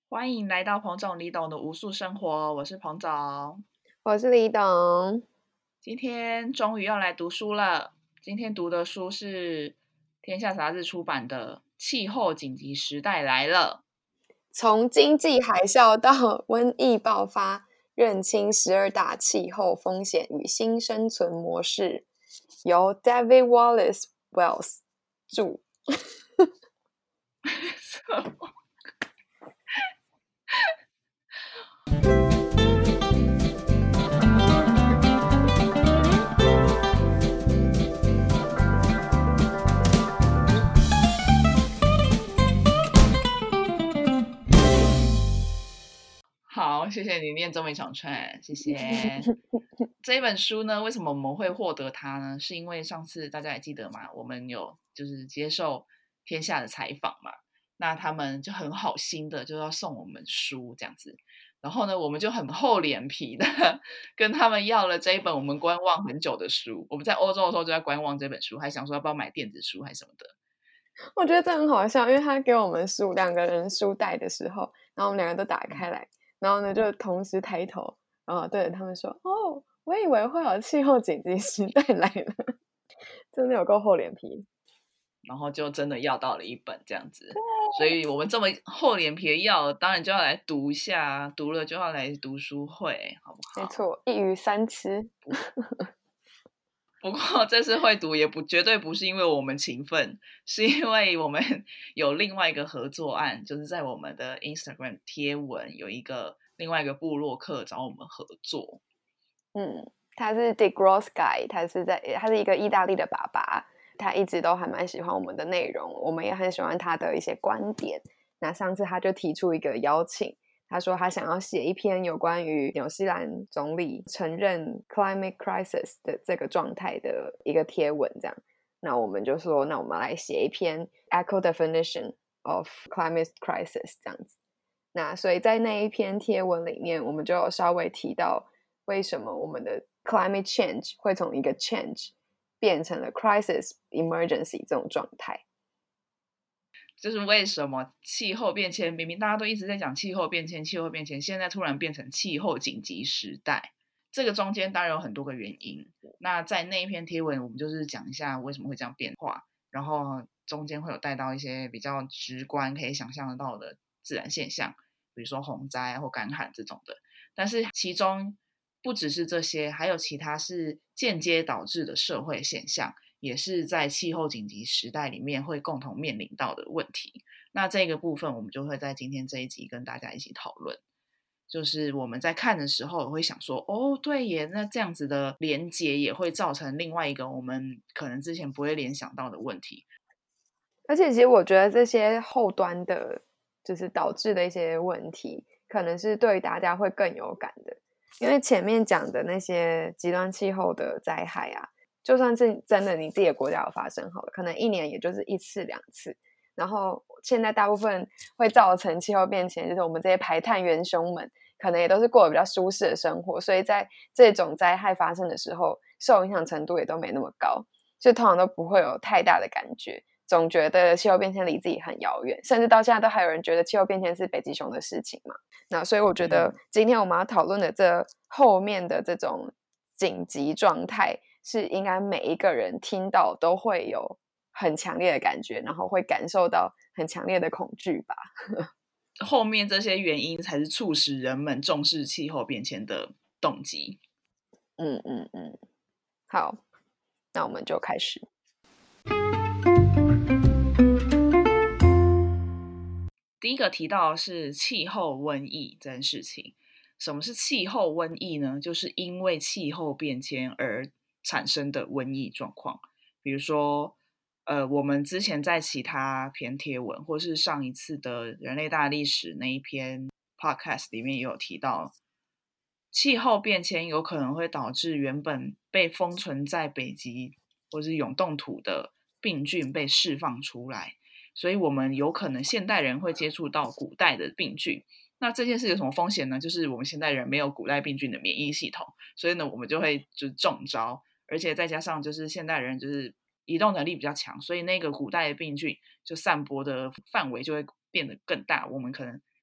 欢迎来到彭总李董的无数生活，我是彭总， 我是李董。 今天终于要来读书了。今天读的书是天下杂志出版的《气候紧急时代来了》， 从经济海啸到瘟疫爆发，认清12大气候风险与新生存模式，由 David Wallace Wells 著。 好，谢谢你念这么一长串，谢谢。这一本书呢，为什么我们会获得它呢？是因为上次大家还记得吗？我们有就是接受天下的采访嘛，那他们就很好心的就要送我们书这样子，然后呢，我们就很厚脸皮的跟他们要了这一本我们观望很久的书。我们在欧洲的时候就在观望这本书，还想说要不要买电子书还是什么的。 我觉得这很好笑，因为他给我们书2个人书袋的时候，然后我们2个都打开来，然后呢就同时抬头，然后对着他们说：“哦，我以为会有气候紧急时代来了。”真的有够厚脸皮。 然后就真的要到了一本这样子，所以我们这么厚脸皮的要，当然就要来读一下，读了就要来读书会，好不好？ 没错，一鱼三吃。 不过这次会读绝对不是因为我们勤奋，是因为我们有另外一个合作案，就是在我们的 Instagram 贴文有另外一个部落客找我们合作。 他是 Dick Grossguy， 他是一个意大利的爸爸，他一直都还蛮喜欢我们的内容，我们也很喜欢他的一些观点。那上次他就提出一个邀请，他说他想要写一篇有关于纽西兰总理承认 climate crisis 的这个状态的一个贴文，这样。那我们就说，那我们来写一篇 eco definition of climate crisis 这样子。那所以在那一篇贴文里面，我们就有稍微提到为什么我们的 climate change 会从一个 change 变成了 crisis emergency 这种状态。 就是为什么气候变迁明明大家都一直在讲气候变迁，现在突然变成气候紧急时代，这个中间当然有很多个原因。那在那一篇贴文，我们就是讲一下为什么会这样变化，然后中间会有带到一些比较直观可以想象得到的自然现象，比如说洪灾或干旱这种的。但是其中不只是这些，还有其他是间接导致的社会现象，也是在气候紧急时代里面会共同面临到的问题。那这个部分我们就会在今天这一集跟大家一起讨论。就是我们在看的时候会想说，哦，对耶，那这样子的连结也会造成另外一个我们可能之前不会联想到的问题。 而且其实我觉得这些后端的就是导致的一些问题，可能是对大家会更有感的。因为前面讲的那些极端气候的灾害啊，就算是真的你自己的国家有发生好了，可能1年也就是1次2次。然后现在大部分会造成气候变迁，就是我们这些排碳元凶们，可能也都是过得比较舒适的生活，所以在这种灾害发生的时候，受影响程度也都没那么高，所以通常都不会有太大的感觉。总觉得气候变迁离自己很遥远，甚至到现在都还有人觉得气候变迁是北极熊的事情嘛。那所以我觉得今天我们要讨论的这后面的这种紧急状态，是应该每一个人听到都会有很强烈的感觉，然后会感受到很强烈的恐惧吧。 后面这些原因才是促使人们重视气候变迁的动机。 好，那我们就开始。 第一个提到的是气候瘟疫这件事情。什么是气候瘟疫呢？就是因为气候变迁而产生的瘟疫状况。比如说我们之前在其他篇贴文，或是上一次的人类大历史那一篇 podcast 里面也有提到，气候变迁有可能会导致原本被封存在北极或是永冻土的病菌被释放出来，所以我们有可能现代人会接触到古代的病菌。那这件事有什么风险呢？就是我们现代人没有古代病菌的免疫系统，所以呢我们就会就是中招，而且再加上就是现代人就是移动能力比较强，所以那个古代的病菌就散播的范围就会变得更大，我们可能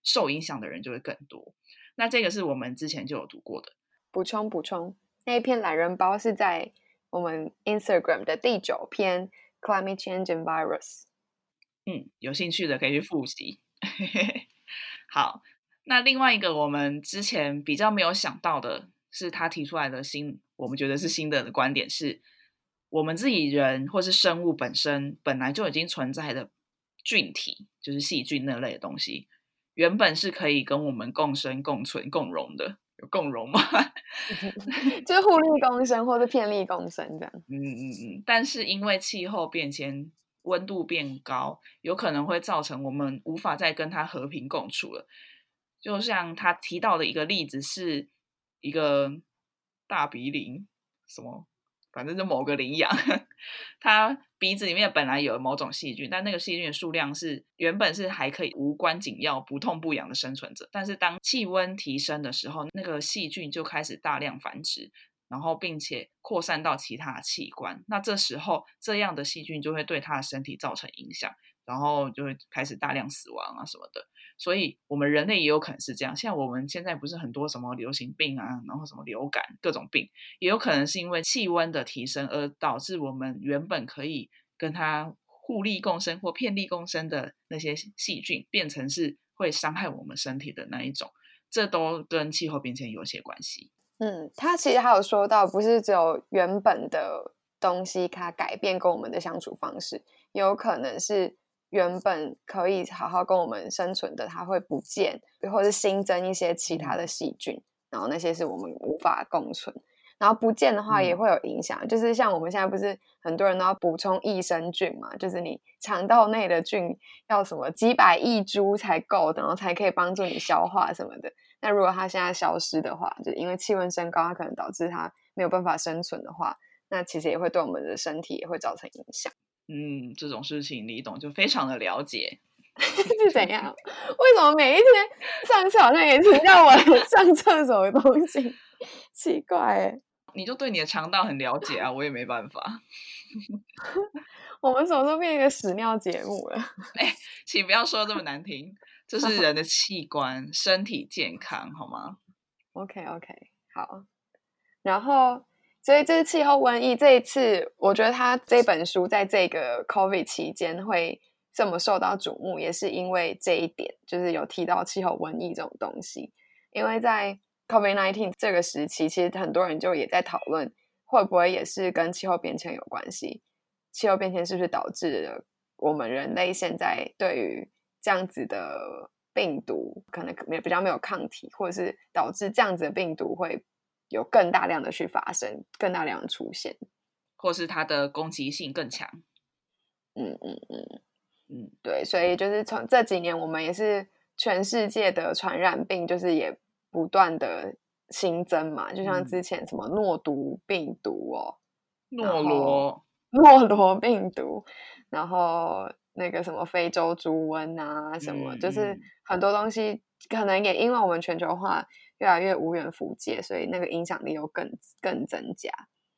受影响的人就会更多。那这个是我们之前就有读过的。 补充，那一篇懒人包是在我们 Instagram 的第9篇 Climate Change and Virus。 有兴趣的可以去复习。好，那另外一个我们之前比较没有想到的是，他提出来的我们觉得是新的观点是，我们自己人或是生物本身本来就已经存在的菌体，就是细菌那类的东西，原本是可以跟我们共生、共存、共荣的。有共荣吗？ 就是互利共生或是偏利共生这样。 但是因为气候变迁，温度变高，有可能会造成我们无法再跟它和平共处了。就像他提到的一个例子是一个大鼻羚，反正就某个羚羊，它鼻子里面本来有某种细菌，但那个细菌的数量原本是还可以无关紧要、不痛不痒的生存着，但是当气温提升的时候，那个细菌就开始大量繁殖，然后并且扩散到其他的器官。那这时候这样的细菌就会对它的身体造成影响，然后就会开始大量死亡啊什么的。所以我们人类也有可能是这样，像我们现在不是很多什么流行病啊，然后什么流感各种病，也有可能是因为气温的提升而导致我们原本可以跟它互利共生或偏利共生的那些细菌变成是会伤害我们身体的那一种，这都跟气候变迁有些关系。 他其实还有说到，不是只有原本的东西它改变跟我们的相处方式，也有可能是原本可以好好跟我们生存的，它会不见，或是新增一些其他的细菌，然后那些是我们无法共存。然后不见的话也会有影响，就是像我们现在不是很多人都要补充益生菌嘛，就是你肠道内的菌要什么几百亿株才够，然后才可以帮助你消化什么的。那如果它现在消失的话，就因为气温升高，它可能导致它没有办法生存的话，那其实也会对我们的身体也会造成影响。 这种事情李董就非常的了解。 是怎样？为什么每一天上次好像也提到我上厕所的东西？奇怪耶。 你就对你的肠道很了解啊，我也没办法。 我们什么时候变一个屎尿节目了？ 请不要说这么难听，这是人的器官，身体健康，好吗 ？OK， 好。然后，所以这是气候瘟疫这一次，我觉得他这本书在这个 COVID 期间会这么受到瞩目，也是因为这一点，就是有提到气候瘟疫这种东西。因为在 COVID-19 这个时期，其实很多人就也在讨论，会不会也是跟气候变迁有关系？气候变迁是不是导致了我们人类现在对于这样子的病毒可能比较没有抗体，或者是导致这样子的病毒会有更大量的去发生，更大量的出现， 或是它的攻击性更强。 对，所以就是从这几年，我们也是全世界的传染病，就是也不断的新增嘛，就像之前什么诺毒病毒诺罗病毒，然后那个什么非洲猪瘟啊，什么就是很多东西，可能也因为我们全球化越来越无远弗届，所以那个影响力又更增加。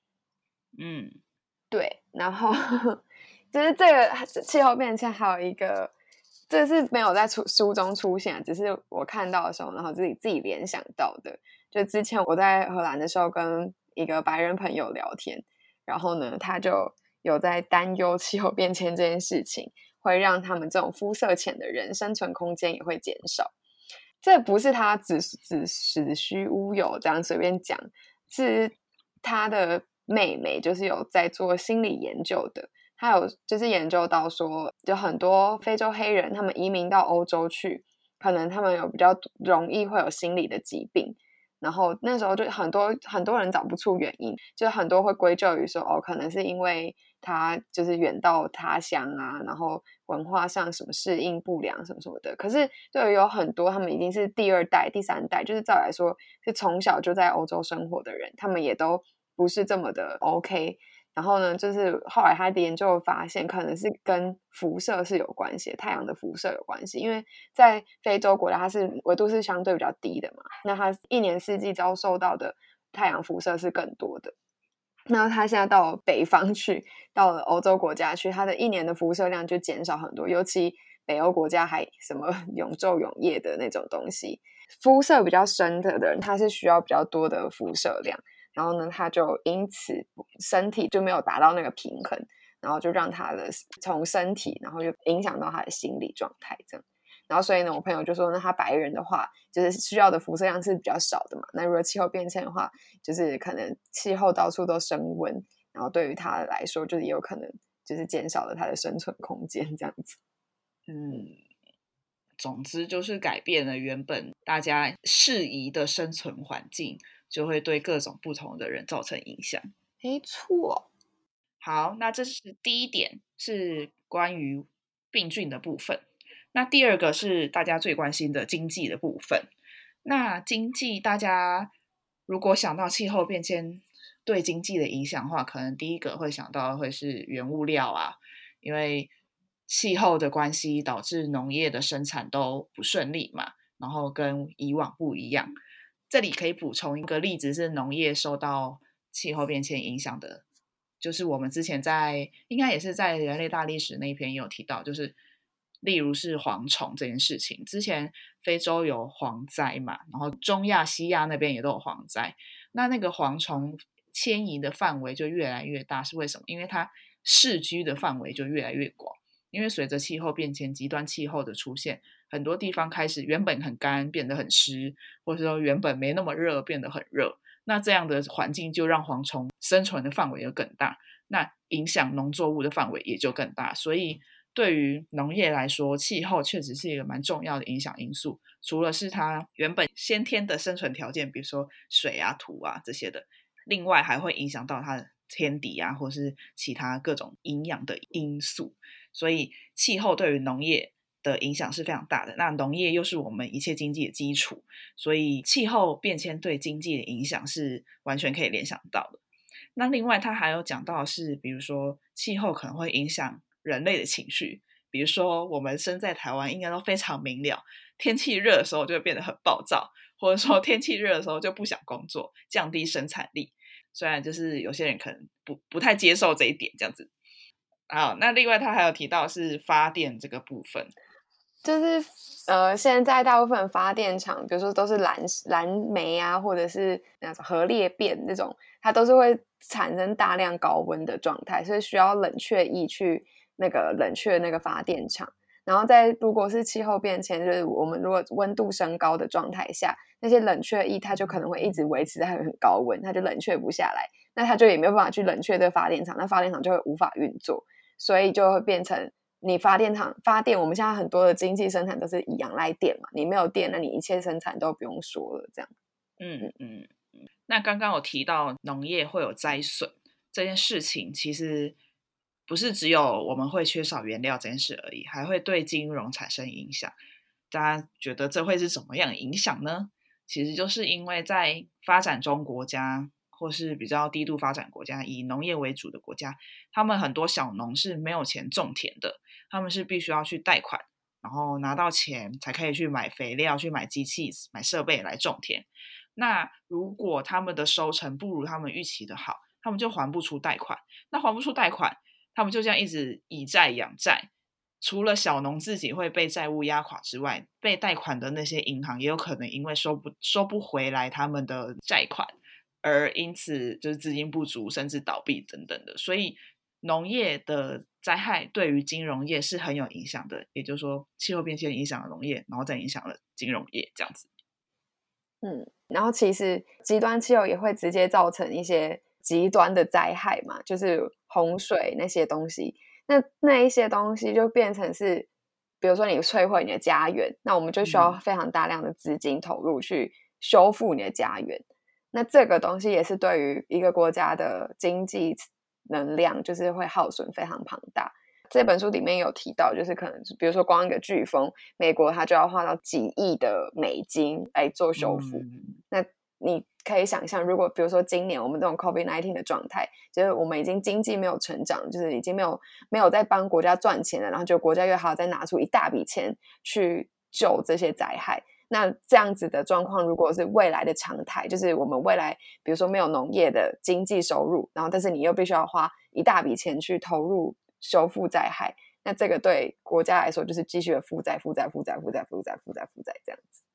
对，然后就是这个气候变迁还有一个，这是没有在书中出现，只是我看到的时候，然后自己联想到的。就之前我在荷兰的时候，跟一个白人朋友聊天，然后呢，他就有在担忧气候变迁这件事情会让他们这种肤色浅的人生存空间也会减少。这不是他子虚乌有这样随便讲，是他的妹妹就是有在做心理研究的，他有就是研究到说，就很多非洲黑人他们移民到欧洲去，可能他们有比较容易会有心理的疾病，然后那时候就很多人找不出原因，就很多会归咎于说可能是因为他就是远到他乡啊，然后文化上什么适应不良什么什么的。可是对于有很多他们已经是第2代、第3代，就是照来说是从小就在欧洲生活的人，他们也都不是这么的 OK。然后呢，就是后来他的研究发现，可能是跟辐射是有关系，太阳的辐射有关系。因为在非洲国家，它是纬度是相对比较低的嘛，那它一年四季遭受到的太阳辐射是更多的。那他现在到了北方去，到了欧洲国家去，他的一年的辐射量就减少很多，尤其北欧国家还什么永昼永夜的那种东西。肤色比较深的人，他是需要比较多的辐射量，然后呢，他就因此身体就没有达到那个平衡，然后就让他的从身体，然后就影响到他的心理状态这样。然后所以呢，我朋友就说，那他白人的话，就是需要的辐射量是比较少的嘛。那如果气候变迁的话，就是可能气候到处都升温，然后对于他来说，就是也有可能就是减少了他的生存空间这样子。 总之就是改变了原本大家适宜的生存环境，就会对各种不同的人造成影响。 没错。 好，那这是第一点，是关于病菌的部分。那第二个是大家最关心的经济的部分。那经济，大家如果想到气候变迁对经济的影响的话，可能第一个会想到会是原物料啊，因为气候的关系导致农业的生产都不顺利嘛，然后跟以往不一样。这里可以补充一个例子，是农业受到气候变迁影响的，就是我们之前应该也是在人类大历史那一篇也有提到，就是例如是蝗虫这件事情。之前非洲有蝗灾嘛，然后中亚、西亚那边也都有蝗灾，那个蝗虫迁移的范围就越来越大，是为什么？因为它适居的范围就越来越广。因为随着气候变迁、极端气候的出现，很多地方开始原本很干变得很湿，或者说原本没那么热变得很热，那这样的环境就让蝗虫生存的范围就更大，那影响农作物的范围也就更大。所以对于农业来说，气候确实是一个蛮重要的影响因素，除了是它原本先天的生存条件，比如说水啊、土啊这些的，另外还会影响到它的天敌啊，或是其他各种营养的因素。所以气候对于农业的影响是非常大的，那农业又是我们一切经济的基础，所以气候变迁对经济的影响是完全可以联想到的。那另外他还有讲到的是，比如说气候可能会影响人类的情绪，比如说我们身在台湾应该都非常明了，天气热的时候就会变得很暴躁，或者说天气热的时候就不想工作，降低生产力。虽然就是有些人可能不太接受这一点这样子。好，那另外他还有提到是发电这个部分， 就是现在大部分发电厂，比如说都是燃煤啊，或者是那种核裂变那种，它都是会产生大量高温的状态，所以需要冷却液去那个冷却那个发电厂。然后如果是气候变迁，就是我们如果温度升高的状态下，那些冷却液它就可能会一直维持在很高温，它就冷却不下来，那它就也没有办法去冷却这个发电厂，那发电厂就会无法运作。所以就会变成你发电，我们现在很多的经济生产都是以仰赖电嘛，你没有电，那你一切生产都不用说了，这样。 那刚刚有提到农业会有灾损这件事情，其实不是只有我们会缺少原料这件事而已，还会对金融产生影响。大家觉得这会是怎么样的影响呢？其实就是因为在发展中国家或是比较低度发展国家，以农业为主的国家，他们很多小农是没有钱种田的，他们是必须要去贷款，然后拿到钱才可以去买肥料、去买机器、买设备来种田。那如果他们的收成不如他们预期的好，他们就还不出贷款。那还不出贷款，他们就这样一直以债养债。除了小农自己会被债务压垮之外，被贷款的那些银行也有可能因为收不回来他们的债款，而因此就是资金不足，甚至倒闭等等的。所以农业的灾害对于金融业是很有影响的，也就是说气候变迁影响了农业，然后再影响了金融业这样子。 然后其实极端气候也会直接造成一些极端的灾害嘛，就是洪水那些东西。那一些东西就变成是，比如说你摧毁你的家园，那我们就需要非常大量的资金投入去修复你的家园。那这个东西也是对于一个国家的经济能量就是会耗损非常庞大。这本书里面有提到，就是可能比如说光一个飓风，美国它就要花到几亿的美金来做修复。那你可以想象，如果比如说今年我们这种 COVID-19 的状态，就是我们已经经济没有成长，就是已经没有在帮国家赚钱了，然后就国家又还要再拿出一大笔钱去救这些灾害。那这样子的状况，如果是未来的常态，就是我们未来比如说没有农业的经济收入，然后但是你又必须要花一大笔钱去投入修复灾害， 那这个对国家来说就是继续的负债这样子。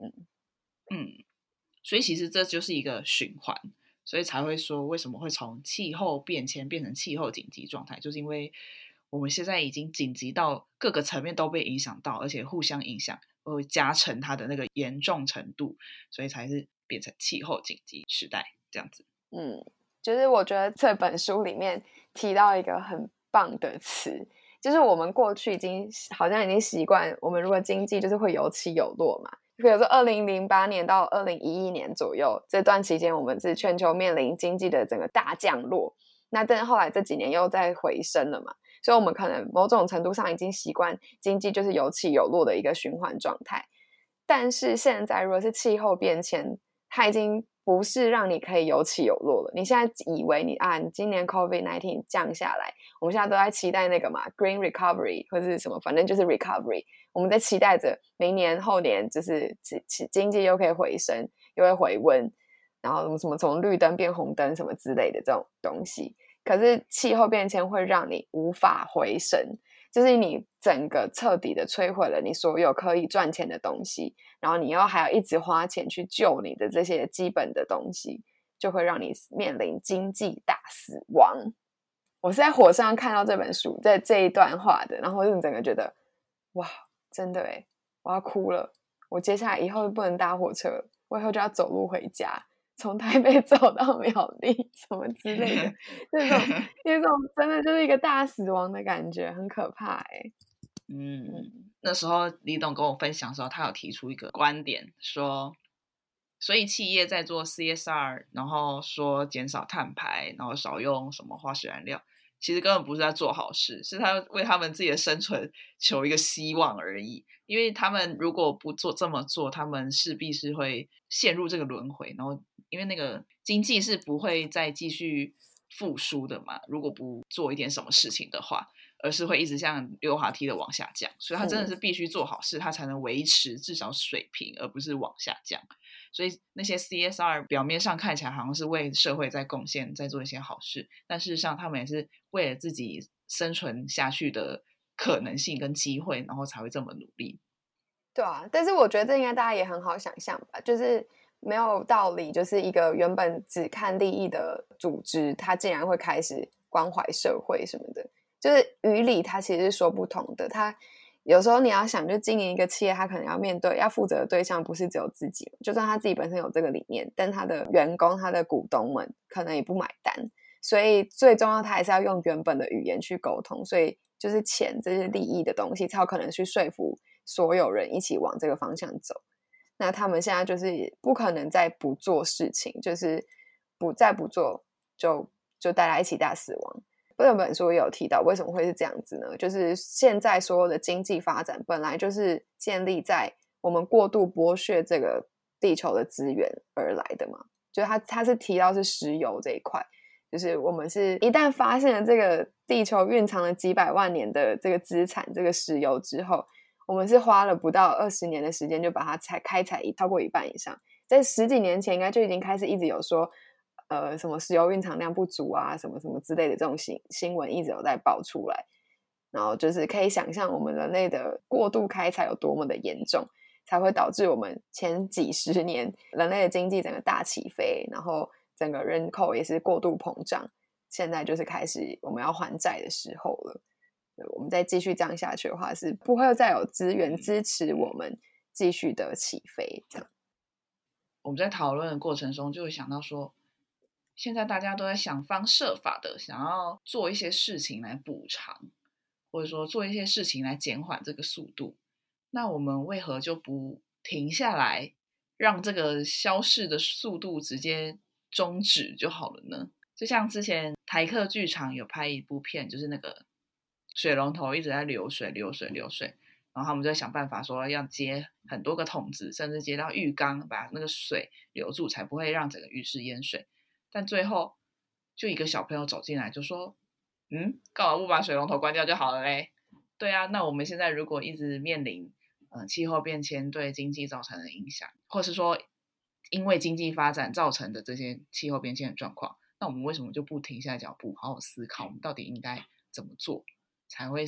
所以其实这就是一个循环，所以才会说为什么会从气候变迁变成气候紧急状态，就是因为我们现在已经紧急到各个层面都被影响到，而且互相影响，会加成它的那个严重程度，所以才是变成气候紧急时代这样子。 就是我觉得这本书里面提到一个很棒的词，就是我们过去好像已经习惯，我们如果经济就是会有起有落嘛。比如说2008年到2011年左右这段期间，我们是全球面临经济的整个大降落，那但是后来这几年又在回升了嘛，所以我们可能某种程度上已经习惯经济就是有起有落的一个循环状态。但是现在如果是气候变迁，它已经不是让你可以有起有落了。你现在以为你今年 COVID-19 降下来，我们现在都在期待那个嘛 Green Recovery 或者是什么，反正就是 Recovery， 我们在期待着明年后年就是经济又可以回升，又会回温，然后什么从绿灯变红灯什么之类的这种东西。可是气候变迁会让你无法回升，就是你整个彻底的摧毁了你所有可以赚钱的东西，然后你又还要一直花钱去救你的这些基本的东西，就会让你面临经济大死亡。我是在火上看到这本书在这一段话的，然后我就整个觉得哇，真的耶，我要哭了。我接下来以后不能搭火车，我以后就要走路回家，从台北走到苗栗什么之类的，那种真的就是一个大死亡的感觉，很可怕耶。 那时候李董跟我分享的时候，他有提出一个观点说，所以企业在做 CSR， 然后说减少碳排，然后少用什么化石燃料，其实根本不是在做好事，是他为他们自己的生存求一个希望而已。因为他们如果不这么做，他们势必是会陷入这个轮回，然后因为那个经济是不会再继续复苏的嘛，如果不做一点什么事情的话，而是会一直像溜滑梯的往下降，所以他真的是必须做好事，他才能维持至少水平，而不是往下降。所以那些 CSR 表面上看起来好像是为社会在贡献，在做一些好事，但事实上他们也是为了自己生存下去的可能性跟机会，然后才会这么努力。 对啊，但是我觉得这应该大家也很好想象吧，就是没有道理，就是一个原本只看利益的组织，它竟然会开始关怀社会什么的，就是于理它其实是说不通的。它有时候你要想，就经营一个企业，它可能要负责的对象不是只有自己，就算他自己本身有这个理念，但他的员工、他的股东们可能也不买单，所以最重要，他还是要用原本的语言去沟通，所以就是钱这些利益的东西才有可能去说服所有人一起往这个方向走。那他们现在就是不可能再不做事情，就是再不做就大家一起大死亡。这本书也有提到为什么会是这样子呢，就是现在所有的经济发展本来就是建立在我们过度剥削这个地球的资源而来的嘛，就是他是提到是石油这一块，就是我们是一旦发现了这个地球蕴藏了几百万年的这个资产，这个石油之后，我们是花了不到20年的时间就把它开采超过一半以上。在10几年前应该就已经开始一直有说什么石油蕴藏量不足啊，什么什么之类的这种新闻一直有在爆出来，然后就是可以想象我们人类的过度开采有多么的严重，才会导致我们前几十年人类的经济整个大起飞，然后整个人口也是过度膨胀，现在就是开始我们要还债的时候了。我们再继续这样下去的话，是不会再有资源支持我们继续的起飞。这样， 我们在讨论的过程中就会想到说，现在大家都在想方设法的想要做一些事情来补偿，或者说做一些事情来减缓这个速度。那我们为何就不停下来，让这个消逝的速度直接终止就好了呢？就像之前台客剧场有拍一部片，就是那个水龙头一直在流水，然后他们就想办法说要接很多个桶子，甚至接到浴缸，把那个水留住，才不会让整个浴室淹水。但最后就一个小朋友走进来就说：“干嘛不把水龙头关掉就好了嘞？”对啊，那我们现在如果一直面临气候变迁对经济造成的影响，或是说因为经济发展造成的这些气候变迁的状况，那我们为什么就不停下脚步，好好思考我们到底应该怎么做，才会是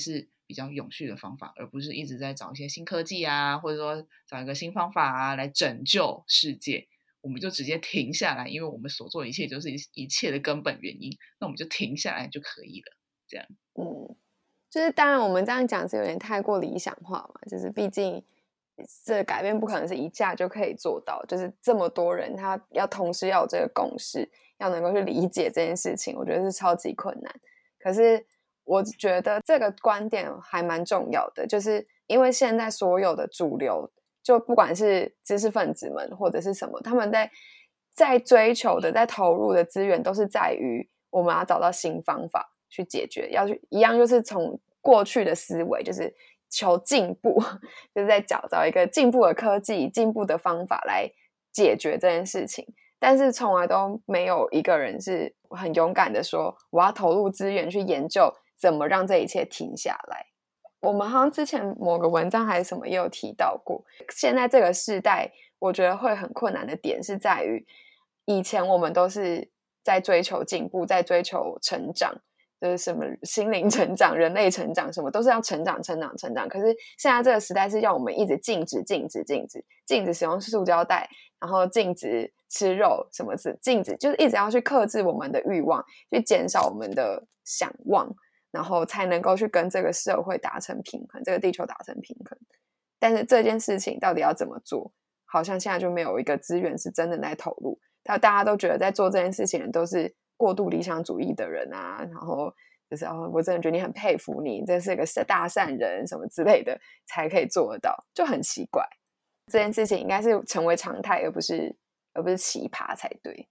比较永续的方法，而不是一直在找一些新科技啊，或者说找一个新方法啊来拯救世界。我们就直接停下来，因为我们所做的一切就是一切的根本原因，那我们就停下来就可以了。这样， 就是当然我们这样讲是有点太过理想化嘛，就是毕竟这改变不可能是一下就可以做到，就是这么多人他要同时要有这个共识，要能够去理解这件事情，我觉得是超级困难。可是我觉得这个观点还蛮重要的，就是因为现在所有的主流，就不管是知识分子们或者是什么，他们在追求的、在投入的资源都是在于我们要找到新方法去解决，要去一样就是从过去的思维，就是求进步，就是在找一个进步的科技、进步的方法来解决这件事情。但是从来都没有一个人是很勇敢的说，我要投入资源去研究怎么让这一切停下来。我们好像之前某个文章还是什么也有提到过，现在这个世代我觉得会很困难的点是在于，以前我们都是在追求进步，在追求成长，就是什么心灵成长、人类成长，什么都是要成长。可是现在这个时代是要我们一直禁止使用塑胶袋，然后禁止吃肉，什么是禁止，就是一直要去克制我们的欲望，去减少我们的想望，然后才能够去跟这个社会达成平衡，这个地球达成平衡。但是这件事情到底要怎么做，好像现在就没有一个资源是真的在投入，大家都觉得在做这件事情的都是过度理想主义的人啊，然后就是我真的觉得你很佩服你，这是个大善人什么之类的才可以做得到，就很奇怪。这件事情应该是成为常态，而不是奇葩才对。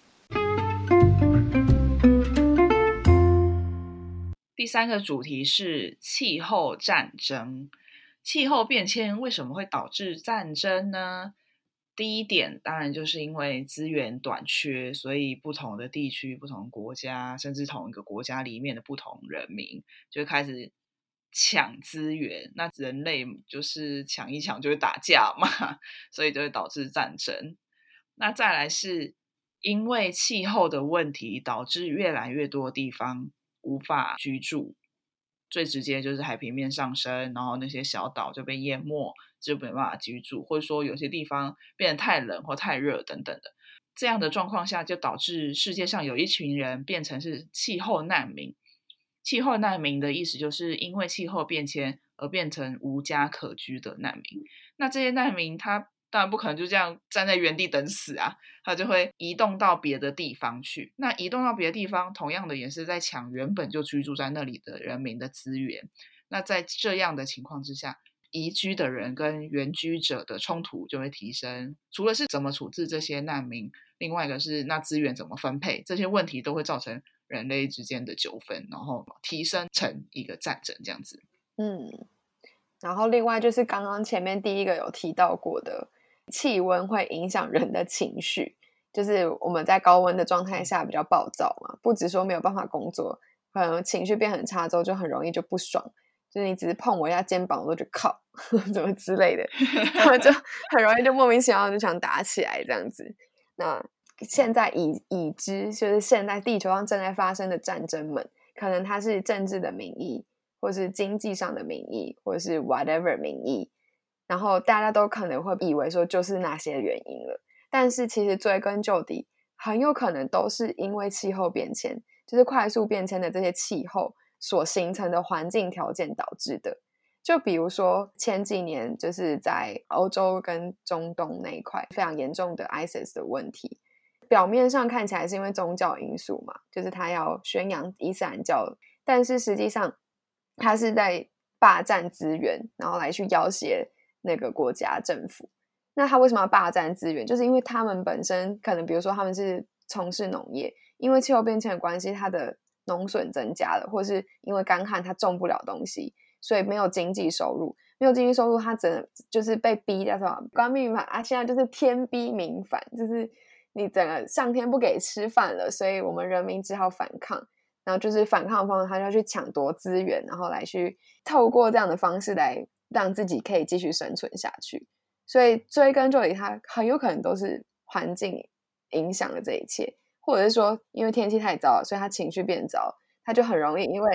第三个主题是气候战争。气候变迁为什么会导致战争呢？第一点当然就是因为资源短缺，所以不同的地区、不同国家，甚至同一个国家里面的不同人民就开始抢资源，那人类就是抢一抢就会打架嘛，所以就会导致战争。那再来是因为气候的问题，导致越来越多地方无法居住，最直接就是海平面上升，然后那些小岛就被淹没，就没办法居住，或者说有些地方变得太冷或太热等等的。这样的状况下，就导致世界上有一群人变成是气候难民。气候难民的意思就是因为气候变迁而变成无家可居的难民。那这些难民他当然不可能就这样站在原地等死啊，他就会移动到别的地方去。那移动到别的地方，同样的也是在抢原本就居住在那里的人民的资源。那在这样的情况之下，移居的人跟原居者的冲突就会提升。除了是怎么处置这些难民，另外一个是那资源怎么分配，这些问题都会造成人类之间的纠纷，然后提升成一个战争这样子。 然后另外就是刚刚前面第一个有提到过的，气温会影响人的情绪，就是我们在高温的状态下比较暴躁嘛，不只说没有办法工作，可能情绪变很差之后就很容易就不爽，就是你只是碰我一下肩膀我都觉得靠怎么之类的，然后就很容易就莫名其妙就想打起来这样子。那现在已知就是现在地球上正在发生的战争们，可能它是政治的名义，或是经济上的名义，或是 whatever 名义，然后大家都可能会以为说就是那些原因了，但是其实追根究底，很有可能都是因为气候变迁，就是快速变迁的这些气候所形成的环境条件导致的。就比如说前几年就是在欧洲跟中东那一块非常严重的 ISIS 的问题，表面上看起来是因为宗教因素嘛，就是他要宣扬伊斯兰教，但是实际上他是在霸占资源，然后来去要挟那个国家政府。那他为什么要霸占资源？就是因为他们本身可能比如说他们是从事农业，因为气候变迁的关系，他的农损增加了，或是因为干旱他种不了东西，所以没有经济收入，他只能就是被逼叫什么官民反啊，现在就是天逼民反，就是你整个上天不给吃饭了，所以我们人民只好反抗，然后就是反抗的方式，他就要去抢夺资源，然后来去透过这样的方式来让自己可以继续生存下去。所以追根究底，它很有可能都是环境影响了这一切，或者是说因为天气太糟了，所以他情绪变糟，他就很容易因为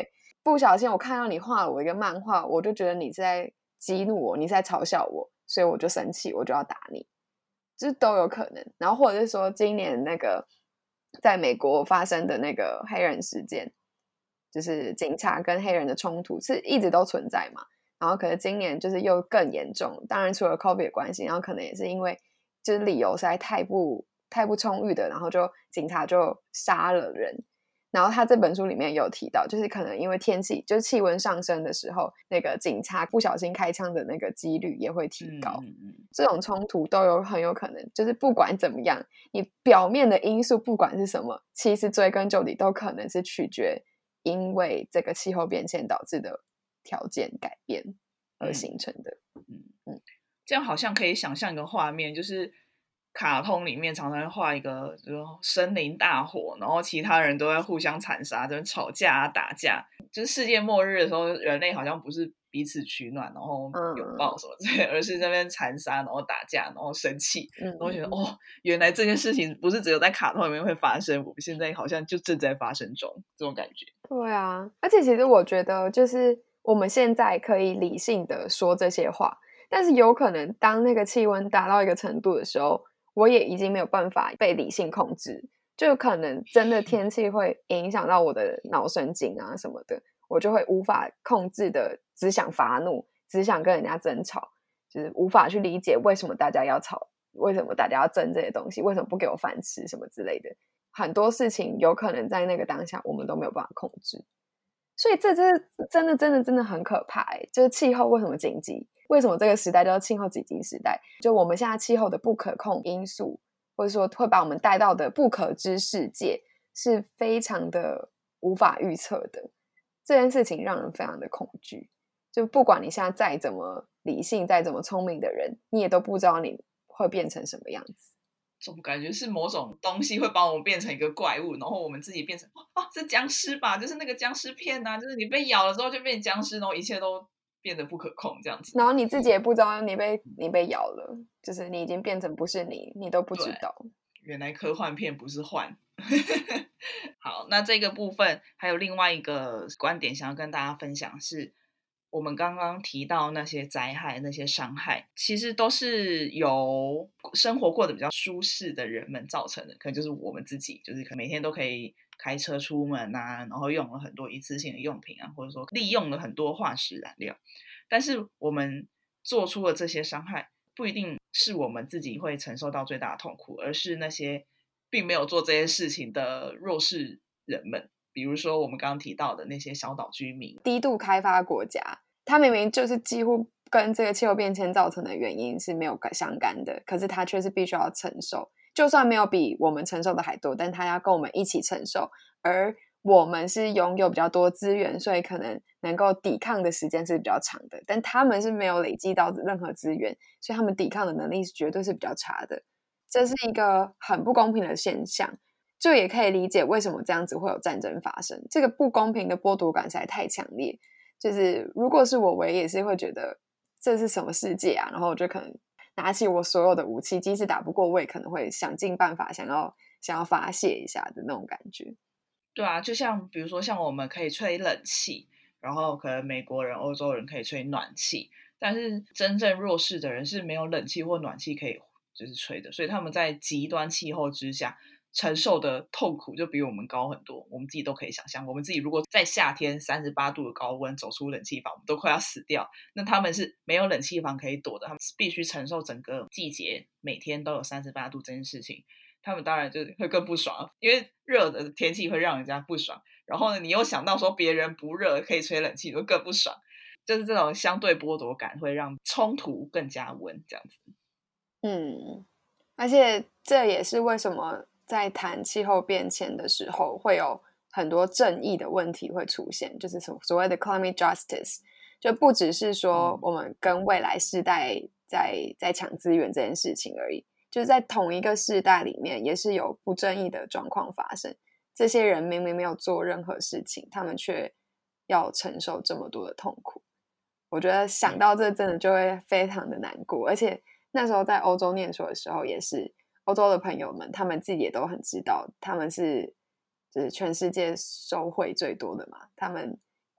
不小心我看到你画了我一个漫画，我就觉得你是在激怒我，你是在嘲笑我，所以我就生气，我就要打你，就是都有可能。然后或者是说今年那个在美国发生的那个黑人事件，就是警察跟黑人的冲突是一直都存在嘛，然后可能今年就是又更严重，当然除了 COVID 的关系，然后可能也是因为就是理由实在太不充裕的，然后就警察就杀了人。然后他这本书里面有提到，就是可能因为天气就是气温上升的时候，那个警察不小心开枪的那个几率也会提高。这种冲突都很有可能，就是不管怎么样，你表面的因素不管是什么，其实追根究底都可能是取决因为这个气候变迁导致的条件改变而形成的。 这样好像可以想象一个画面，就是卡通里面常常会画一个就是森林大火，然后其他人都在互相残杀，就是吵架啊打架，就是世界末日的时候，人类好像不是彼此取暖然后拥抱什么之类，而是在那边残杀然后打架然后生气，然后觉得原来这件事情不是只有在卡通里面会发生，我们现在好像就正在发生中，这种感觉。 对啊，而且其实我觉得就是我们现在可以理性的说这些话，但是有可能当那个气温达到一个程度的时候，我也已经没有办法被理性控制，就可能真的天气会影响到我的脑神经啊什么的，我就会无法控制的只想发怒，只想跟人家争吵，就是无法去理解为什么大家要吵，为什么大家要争这些东西，为什么不给我饭吃什么之类的。很多事情有可能在那个当下我们都没有办法控制，所以这真的很可怕欸。就是气候为什么紧急，为什么这个时代叫气候紧急时代，就我们现在气候的不可控因素，或者说会把我们带到的不可知世界是非常的无法预测的。这件事情让人非常的恐惧，就不管你现在再怎么理性再怎么聪明的人，你也都不知道你会变成什么样子。 总感觉是某种东西会把我们变成一个怪物，然后我们自己变成是僵尸吧，就是那个僵尸片啊，就是你被咬了之后就变僵尸，然后一切都变得不可控这样子。 然后你自己也不知道你被咬了，就是你已经变成不是你都不知道。 原来科幻片不是幻。好，那这个部分还有另外一个观点想要跟大家分享是，我们刚刚提到那些灾害、那些伤害，其实都是由生活过得比较舒适的人们造成的，可能就是我们自己，就是可能每天都可以开车出门啊，然后用了很多一次性的用品啊，或者说利用了很多化石燃料，但是我们做出了这些伤害，不一定是我们自己会承受到最大的痛苦，而是那些并没有做这些事情的弱势人们，比如说我们刚刚提到的那些小岛居民， 低度开发国家，它明明就是几乎跟这个气候变迁造成的原因是没有相干的，可是它却是必须要承受，就算没有比我们承受的还多，但它要跟我们一起承受，而我们是拥有比较多资源，所以可能能够抵抗的时间是比较长的，但他们是没有累积到任何资源，所以他们抵抗的能力是绝对是比较差的。这是一个很不公平的现象，就也可以理解为什么这样子会有战争发生。这个不公平的剥夺感实在太强烈，就是如果是我也是会觉得这是什么世界啊，然后我就可能拿起我所有的武器，即使打不过我也可能会想尽办法想要发泄一下的那种感觉。 对啊，就像比如说像我们可以吹冷气，然后可能美国人、欧洲人可以吹暖气，但是真正弱势的人是没有冷气或暖气可以就是吹的，所以他们在极端气候之下承受的痛苦就比我们高很多，我们自己都可以想象。我们自己如果在夏天38度的高温走出冷气房，我们都快要死掉，那他们是没有冷气房可以躲的，他们必须承受整个季节每天都有38度这件事情，他们当然就会更不爽，因为热的天气会让人家不爽，然后呢你又想到说别人不热可以吹冷气，就更不爽，就是这种相对剥夺感会让冲突更加温这样子。 而且这也是为什么在谈气候变迁的时候会有很多正义的问题会出现，就是所谓的 climate justice， 就不只是说我们跟未来世代在抢资源这件事情而已，就是在同一个世代里面也是有不正义的状况发生，这些人明明没有做任何事情，他们却要承受这么多的痛苦。我觉得想到这真的就会非常的难过，而且那时候在欧洲念书的时候也是，欧洲的朋友们他们自己也都很知道，他们是就是全世界受惠最多的嘛，他们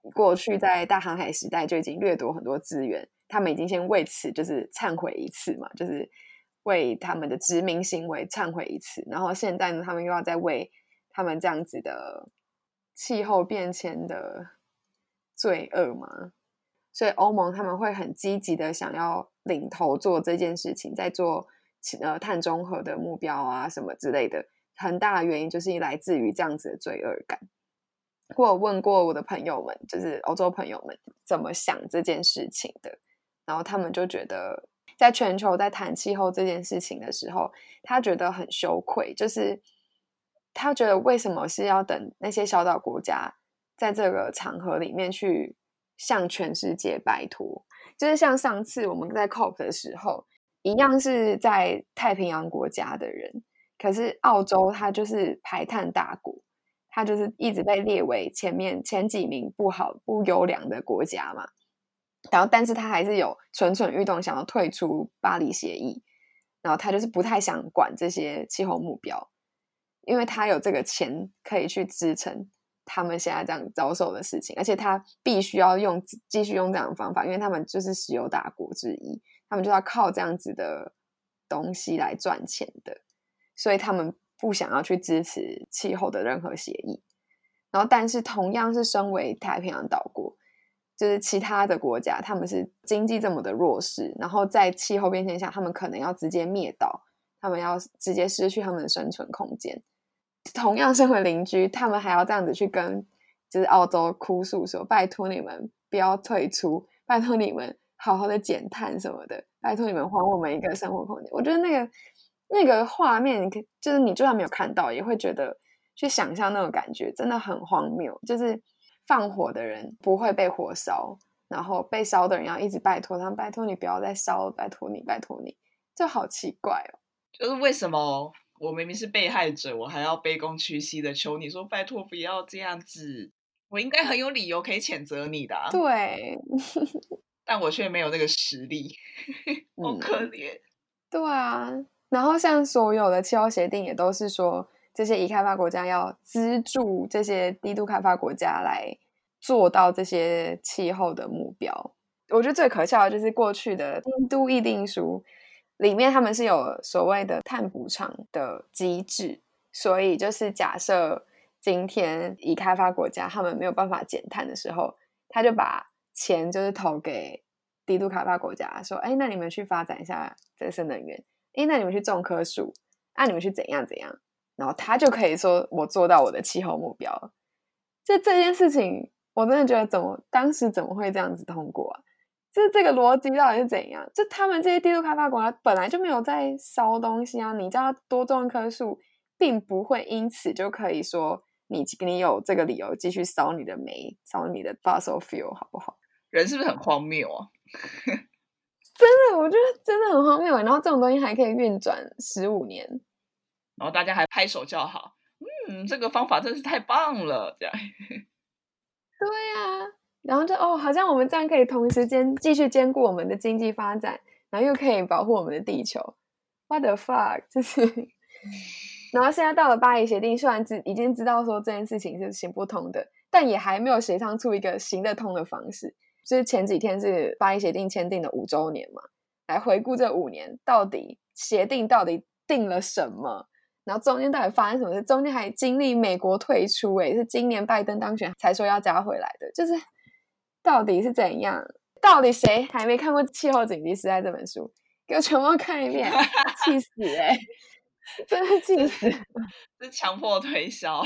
过去在大航海时代就已经掠夺很多资源，他们已经先为此就是忏悔一次嘛，就是为他们的殖民行为忏悔一次，然后现在呢，他们又要再为他们这样子的气候变迁的罪恶嘛，所以欧盟他们会很积极的想要领头做这件事情，在做碳中和的目标啊什么之类的，很大的原因就是来自于这样子的罪恶感。我有问过我的朋友们，就是欧洲朋友们怎么想这件事情的，然后他们就觉得在全球在谈气候这件事情的时候，他觉得很羞愧，就是他觉得为什么是要等那些小岛国家在这个场合里面去向全世界拜托，就是像上次我们在 COP 的时候一样，是在太平洋国家的人，可是澳洲它就是排碳大国，它就是一直被列为前几名不优良的国家嘛，然后但是他还是有蠢蠢欲动想要退出巴黎协议，然后他就是不太想管这些气候目标，因为他有这个钱可以去支撑他们现在这样遭受的事情，而且他必须要继续用这样的方法，因为他们就是石油大国之一，他们就要靠这样子的东西来赚钱的，所以他们不想要去支持气候的任何协议。然后但是同样是身为太平洋岛国，就是其他的国家他们是经济这么的弱势，然后在气候变迁下他们可能要直接灭岛，他们要直接失去他们的生存空间，同样身为邻居他们还要这样子去跟就是澳洲哭诉说拜托你们不要退出，拜托你们好好的减碳什么的，拜托你们还我们一个生活空间。我觉得那个画面就是你就算没有看到也会觉得去想象那种感觉真的很荒谬，就是放火的人不会被火烧，然后被烧的人要一直拜托他们，拜托你不要再烧了，拜托你拜托你，就好奇怪哦。 就是为什么我明明是被害者，我还要卑躬屈膝的求你说拜托不要这样子，我应该很有理由可以谴责你的对， 但我却没有那个实力好可怜。 对啊，然后像所有的气候协定也都是说这些已开发国家要资助这些低度开发国家来做到这些气候的目标。我觉得最可笑的就是过去的京都议定书里面他们是有所谓的碳补偿的机制，所以就是假设今天已开发国家他们没有办法减碳的时候，他就把钱就是投给低度开发国家，说哎，那你们去发展一下再生能源，哎，那你们去种棵树，你们去怎样怎样，然后他就可以说我做到我的气候目标。这件事情我真的觉得当时怎么会这样子通过啊？就是这个逻辑到底是怎样？就他们这些低度开发国家本来就没有在烧东西啊，你叫他多种一棵树，并不会因此就可以说你有这个理由继续烧你的煤，烧你的 fossil fuel， 好不好？ 人是不是很荒谬啊？ 真的，我觉得真的很荒谬。然后这种东西还可以运转15年， 然后大家还拍手叫好，这个方法真是太棒了，这样。 对啊，然后就好像我们这样可以同时继续兼顾我们的经济发展，然后又可以保护我们的地球。What the fuck？ 就是然后现在到了巴黎协定，虽然已经知道说这件事情是行不通的，但也还没有协商出一个行得通的方式。就是前几天是巴黎协定签订的5周年嘛，来回顾这5年协定到底定了什么，然后中间到底发生什么事，中间还经历美国退出，是今年拜登当选才说要加回来的，就是到底是怎样？到底谁还没看过《气候紧急时代》这本书？给我全部看一遍，气死真的气死！ 是强迫推销。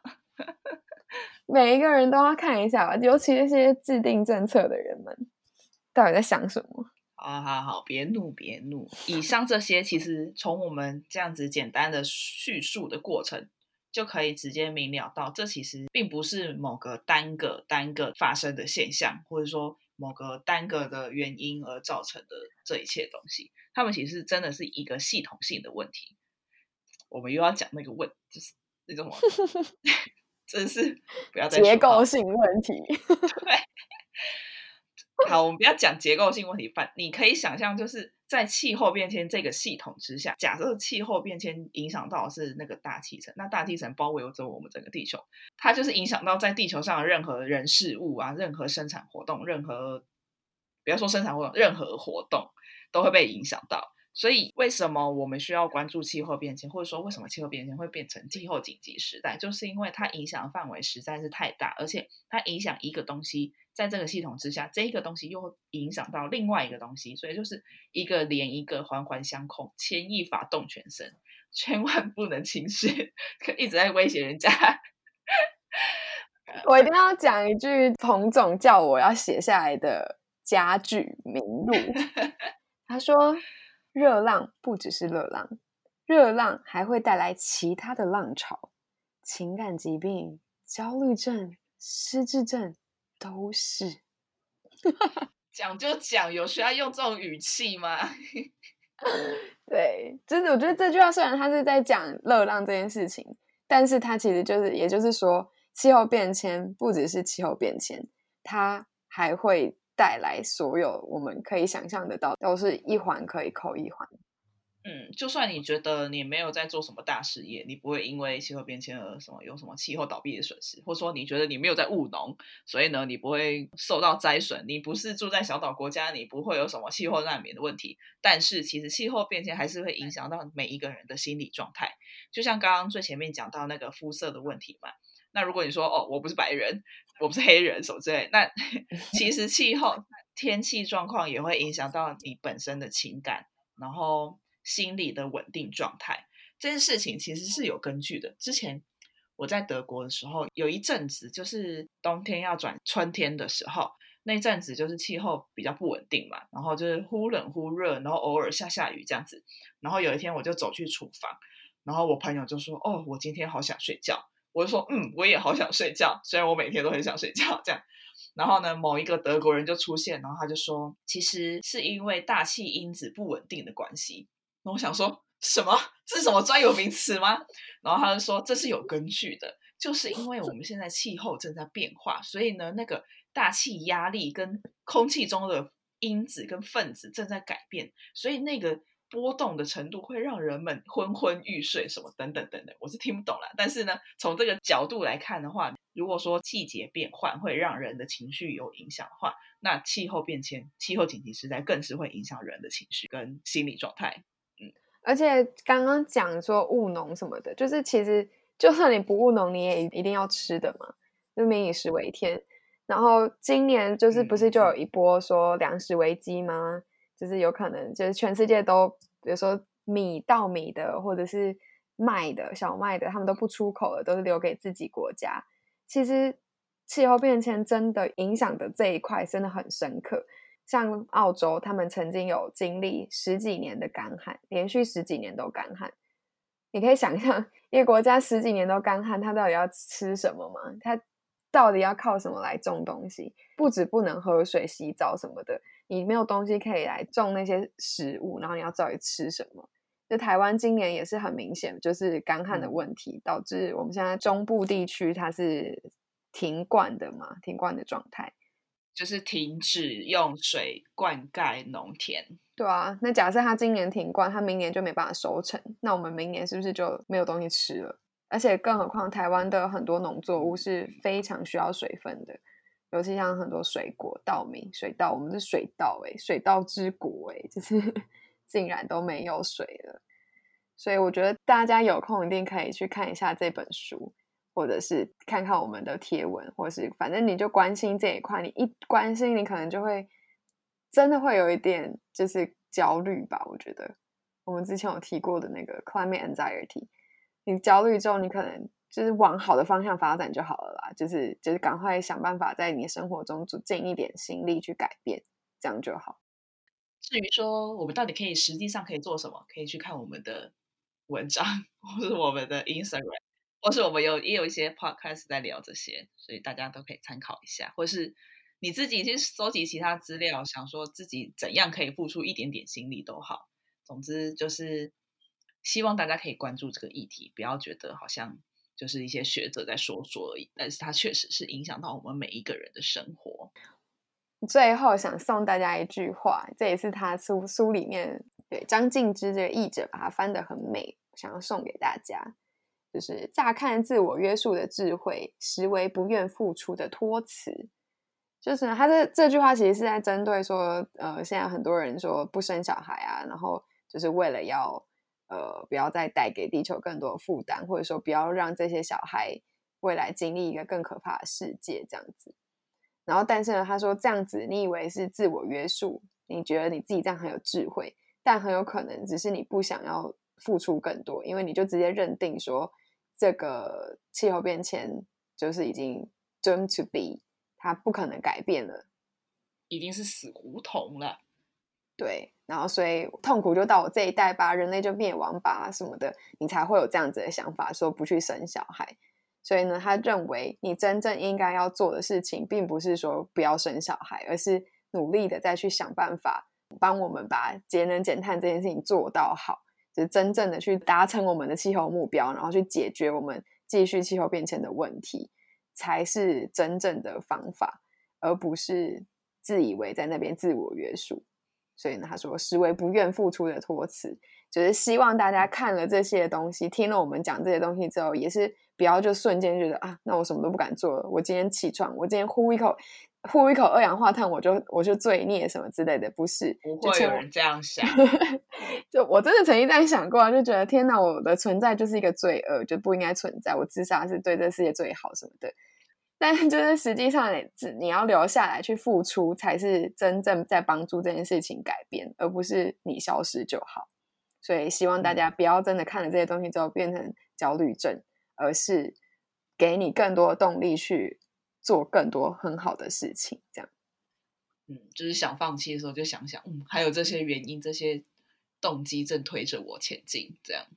每一个人都要看一下吧，尤其那些制定政策的人们到底在想什么。 好，别怒。以上这些其实从我们这样子简单的叙述的过程就可以直接明了到，这其实并不是某个单个发生的现象，或者说某个单个的原因而造成的这一切东西，他们其实真的是一个系统性的问题。我们又要讲那个就是那种真是不要再结构性问题。 对， 好，我们不要讲结构性问题，你可以想象，就是在气候变迁这个系统之下，假设气候变迁影响到的是那个大气层，那大气层包围着我们整个地球，它就是影响到在地球上的任何人事物啊，任何生产活动，不要说生产活动，任何活动都会被影响到。所以为什么我们需要关注气候变迁，或者说为什么气候变迁会变成气候紧急时代，就是因为它影响的范围实在是太大，而且它影响一个东西，在这个系统之下，这一个东西又影响到另外一个东西，所以就是一个连一个，环环相扣，牵一发动全身，千万不能轻视，一直在威胁人家。 我一定要讲一句彭总叫我要写下来的佳句名录。他说：“热浪不只是热浪，热浪还会带来其他的浪潮，情感疾病、焦虑症、失智症都是。” 讲就讲，有需要用这种语气吗？ 对，就是我觉得这句话虽然他是在讲热浪这件事情，但是它其实也就是说，气候变迁不只是气候变迁，它还会带来所有我们可以想象得到，都是一环可以扣一环。 就算你觉得你没有在做什么大事业，你不会因为气候变迁而有什么气候倒闭的损失，或者说你觉得你没有在务农，所以呢你不会受到灾损，你不是住在小岛国家，你不会有什么气候难民的问题。但是其实气候变迁还是会影响到每一个人的心理状态，就像刚刚最前面讲到那个肤色的问题嘛。那如果你说我不是白人，我不是黑人什么之类，那其实天气状况也会影响到你本身的情感，然后心理的稳定状态。这件事情其实是有根据的。之前我在德国的时候，有一阵子就是冬天要转春天的时候，那阵子就是气候比较不稳定嘛，然后就是忽冷忽热，然后偶尔下雨这样子。然后有一天我就走去厨房，然后我朋友就说：“哦，我今天好想睡觉。”我就说：“我也好想睡觉，虽然我每天都很想睡觉。”这样。然后呢，某一个德国人就出现，然后他就说，其实是因为大气因子不稳定的关系。那我想说，什么？这是什么专有名词吗？然后他就说，这是有根据的，就是因为我们现在气候正在变化，所以呢，那个大气压力跟空气中的因子跟分子正在改变，所以那个波动的程度会让人们昏昏欲睡，什么等等等等，我是听不懂啦。但是呢，从这个角度来看的话，如果说季节变换会让人的情绪有影响的话，那气候变迁、气候紧急时代更是会影响人的情绪跟心理状态。 而且刚刚讲说务农什么的，就是其实就算你不务农，你也一定要吃的嘛，就民以食为天。然后今年就是不是就有一波说粮食危机吗？就是有可能就是全世界都，比如说稻米的或者是麦的小麦的，他们都不出口了，都是留给自己国家。其实气候变迁真的影响的这一块真的很深刻。像澳洲，他们曾经有经历十几年的干旱，连续十几年都干旱。你可以想象，一个国家十几年都干旱，它到底要吃什么吗？它到底要靠什么来种东西？不止不能喝水、洗澡什么的，你没有东西可以来种那些食物，然后你要到底吃什么？就台湾今年也是很明显，就是干旱的问题，导致我们现在中部地区它是停灌的嘛，停灌的状态。 就是停止用水灌溉农田。 对啊，那假设他今年停灌，他明年就没办法收成，那我们明年是不是就没有东西吃了？而且更何况台湾的很多农作物是非常需要水分的，尤其像很多水果、稻米、水稻，我们是水稻水稻之国就是竟然都没有水了。所以我觉得大家有空一定可以去看一下这本书，或者是看看我们的贴文，或者是反正你就关心这一块，你一关心你可能就会真的会有一点就是焦虑吧。我觉得我们之前有提过的那个 climate anxiety， 你焦虑之后你可能就是往好的方向发展就好了啦，就是赶快想办法在你生活中尽一点心力去改变，这样就好。 至于说我们到底实际上可以做什么，可以去看我们的文章，或是我们的 Instagram，或是我们也有一些 podcast 在聊这些，所以大家都可以参考一下，或是你自己去搜集其他资料，想说自己怎样可以付出一点点心力都好。总之就是希望大家可以关注这个议题，不要觉得好像就是一些学者在说而已，但是它确实是影响到我们每一个人的生活。 最后想送大家一句话，这也是他书里面对张静之这个译者把它翻得很美，想要送给大家，就是乍看自我约束的智慧，实为不愿付出的托词。就是他这句话其实是在针对说，现在很多人说不生小孩啊，然后就是为了要不要再带给地球更多的负担，或者说不要让这些小孩未来经历一个更可怕的世界这样子。然后但是呢，他说这样子你以为是自我约束，你觉得你自己这样很有智慧，但很有可能只是你不想要付出更多，因为你就直接认定说这个气候变迁就是已经 doomed to be， 它不可能改变了， 已经是死胡同了。 对，然后所以痛苦就到我这一代吧，人类就灭亡吧什么的，你才会有这样子的想法，说不去生小孩。所以呢，他认为你真正应该要做的事情，并不是说不要生小孩，而是努力的再去想办法，帮我们把节能减碳这件事情做到好，就是真正的去达成我们的气候目标，然后去解决我们继续气候变迁的问题，才是真正的方法，而不是自以为在那边自我约束。所以呢，他说实为不愿付出的托词，就是希望大家看了这些东西，听了我们讲这些东西之后，也是不要就瞬间觉得啊，那我什么都不敢做了，我今天起床，我今天呼一口二氧化碳，我就罪孽什么之类的，不是， 不会有人这样想。 就我真的曾经这样想过，就觉得天哪，我的存在就是一个罪恶，就不应该存在，我自杀是对这世界最好什么的。但就是实际上你要留下来去付出，才是真正在帮助这件事情改变，而不是你消失就好。所以希望大家不要真的看了这些东西之后变成焦虑症，而是给你更多的动力去做更多很好的事情，这样。 就是想放弃的时候就想想，还有这些原因，这些动机正推着我前进，这样。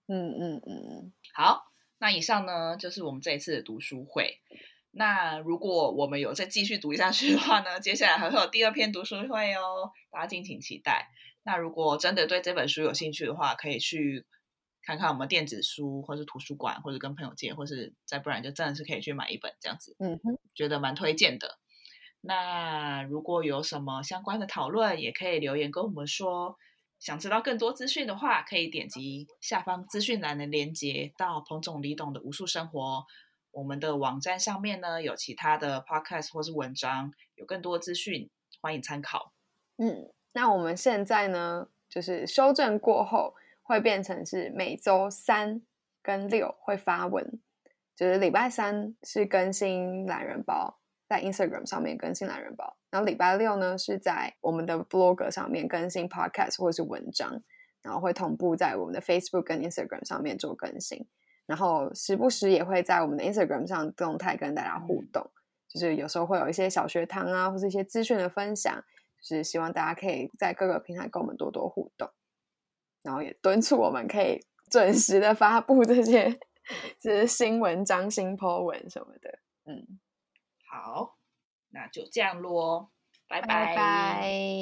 好，那以上呢就是我们这一次的读书会。那如果我们有再继续读下去的话呢，接下来还会有第二篇读书会哦，大家敬请期待。那如果真的对这本书有兴趣的话，可以去看看我们电子书，或是图书馆，或者跟朋友借，或是再不然就真的是可以去买一本这样子。觉得蛮推荐的。那如果有什么相关的讨论，也可以留言跟我们说。想知道更多资讯的话，可以点击下方资讯栏的连结到彭总李董的无数生活。我们的网站上面呢有其他的 podcast 或是文章，有更多资讯，欢迎参考。 那我们现在呢，就是修正过后会变成是每周3跟6会发文，就是礼拜3是更新懒人包，在 Instagram 上面更新懒人包，然后礼拜6呢是在我们的 blog 上面更新 podcast 或是文章，然后会同步在我们的 Facebook 跟 Instagram 上面做更新，然后时不时也会在我们的 Instagram 上动态跟大家互动，就是有时候会有一些小学堂啊，或是一些资讯的分享，就是希望大家可以在各个平台跟我们多多互动，然后也敦促我们可以准时的发布这些就是新文章、新 po 文什么的。 好，那就这样咯，拜拜拜。